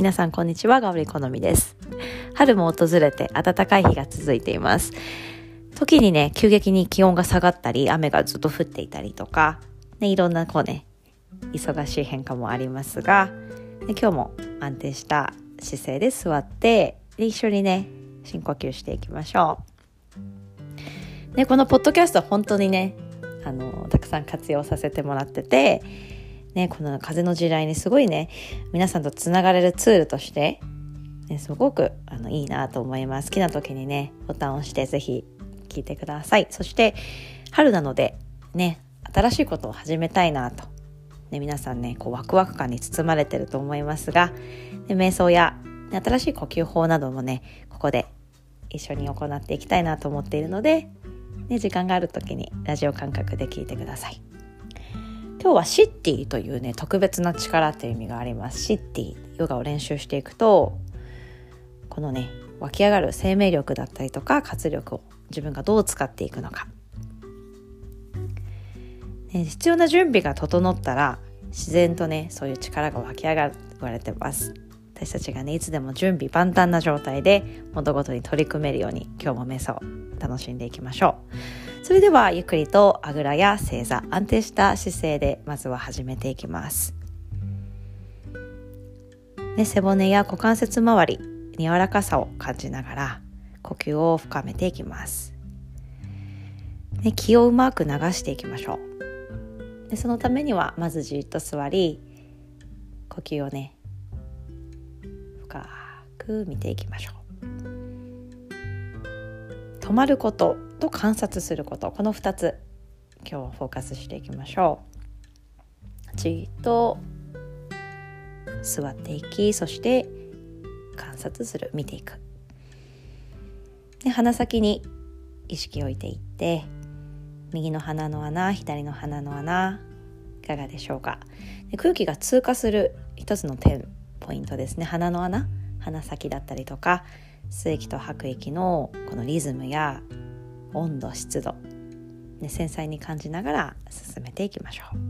皆さんこんにちは、ガオリ好みです。春も訪れて暖かい日が続いています。時にね、急激に気温が下がったり、雨がずっと降っていたりとか、いろんな忙しい変化もありますが、今日も安定した姿勢で座って、一緒にね、深呼吸していきましょう。このポッドキャストは本当にね、たくさん活用させてもらってて、この風の時代にすごいね、皆さんとつながれるツールとして、すごくいいなと思います。好きな時にね、ボタンを押してぜひ聞いてください。そして春なのでね、新しいことを始めたいなと、皆さんね、ワクワク感に包まれてると思いますが、瞑想や新しい呼吸法などもね、ここで一緒に行っていきたいなと思っているので、時間がある時にラジオ感覚で聞いてください。今日はシッティというね、特別な力という意味があります。シッティ、ヨガを練習していくと、このね、湧き上がる生命力だったりとか活力を自分がどう使っていくのか、必要な準備が整ったら自然とね、そういう力が湧き上がると言われてます。私たちがね、いつでも準備万端な状態で物事に取り組めるように、今日も瞑想楽しんでいきましょう。それではゆっくりとあぐらや正座、安定した姿勢でまずは始めていきます。背骨や股関節周りに柔らかさを感じながら呼吸を深めていきます。気をうまく流していきましょう。そのためにはまずじっと座り、呼吸をね、深く見ていきましょう。止まることと観察すること、この2つ今日はフォーカスしていきましょう。じっと座っていき、そして観察する、見ていく。鼻先に意識を置いていって、右の鼻の穴、左の鼻の穴、いかがでしょうか。空気が通過する一つのポイントですね。鼻の穴、鼻先だったりとか、吸う息と吐く息のこのリズムや温度、湿度、繊細に感じながら進めていきましょう。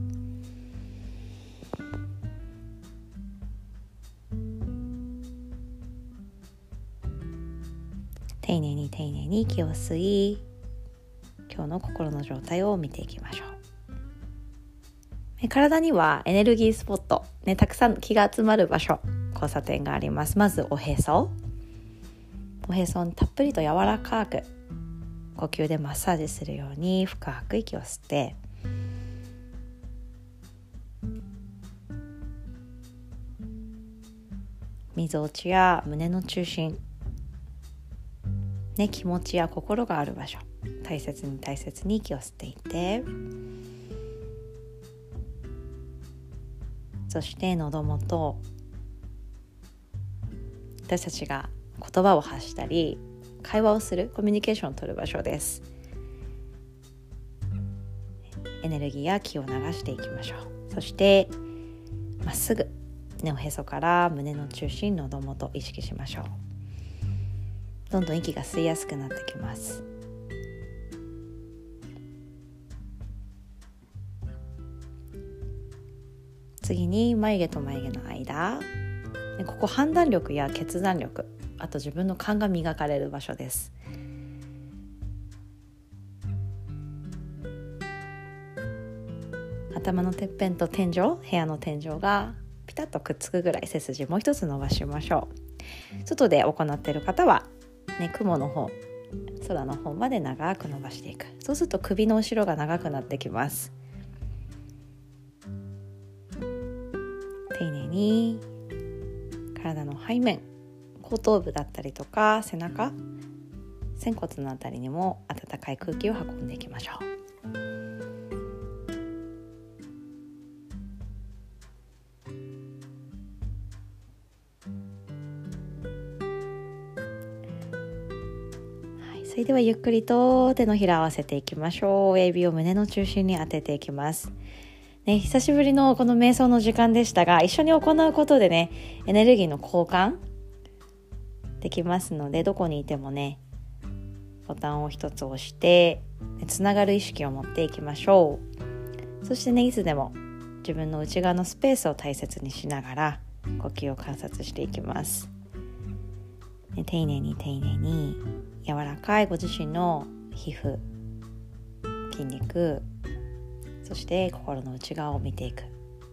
丁寧に丁寧に息を吸い、今日の心の状態を見ていきましょう。体にはエネルギースポット、たくさん気が集まる場所、交差点があります。まずおへそにたっぷりと柔らかく呼吸でマッサージするように深く息を吸って、みぞおちや胸の中心、気持ちや心がある場所、大切に大切に息を吸っていって、そして喉元、私たちが言葉を発したり会話をする、コミュニケーションを取る場所です。エネルギーや気を流していきましょう。そしてまっすぐおへそから胸の中心、喉元意識しましょう。どんどん息が吸いやすくなってきます。次に眉毛と眉毛の間、ここ判断力や決断力、あと自分の勘が磨かれる場所です。頭のてっぺんと天井、部屋の天井がピタッとくっつくぐらい背筋もう一つ伸ばしましょう。外で行っている方は、雲の方、空の方まで長く伸ばしていく。そうすると首の後ろが長くなってきます。丁寧に体の背面、後頭部だったりとか背中、仙骨のあたりにも温かい空気を運んでいきましょう。それではゆっくりと手のひらを合わせていきましょう。親指を胸の中心に当てていきます。久しぶりのこの瞑想の時間でしたが、一緒に行うことでね、エネルギーの交換できますので、どこにいてもね、ボタンを一つ押してつながる意識を持っていきましょう。そしていつでも自分の内側のスペースを大切にしながら呼吸を観察していきます。で丁寧に柔らかいご自身の皮膚、筋肉、そして心の内側を見ていく。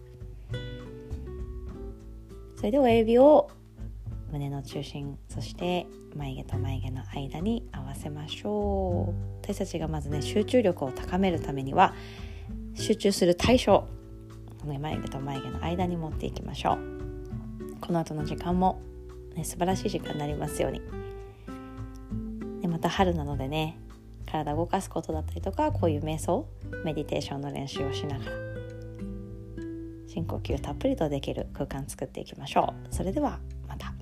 それで親指を胸の中心、そして眉毛と眉毛の間に合わせましょう。私たちがまずね、集中力を高めるためには、集中する対象、眉毛と眉毛の間に持っていきましょう。この後の時間も、素晴らしい時間になりますように。でまた春なのでね、体を動かすことだったりとか、こういう瞑想、メディテーションの練習をしながら深呼吸たっぷりとできる空間作っていきましょう。それではまた。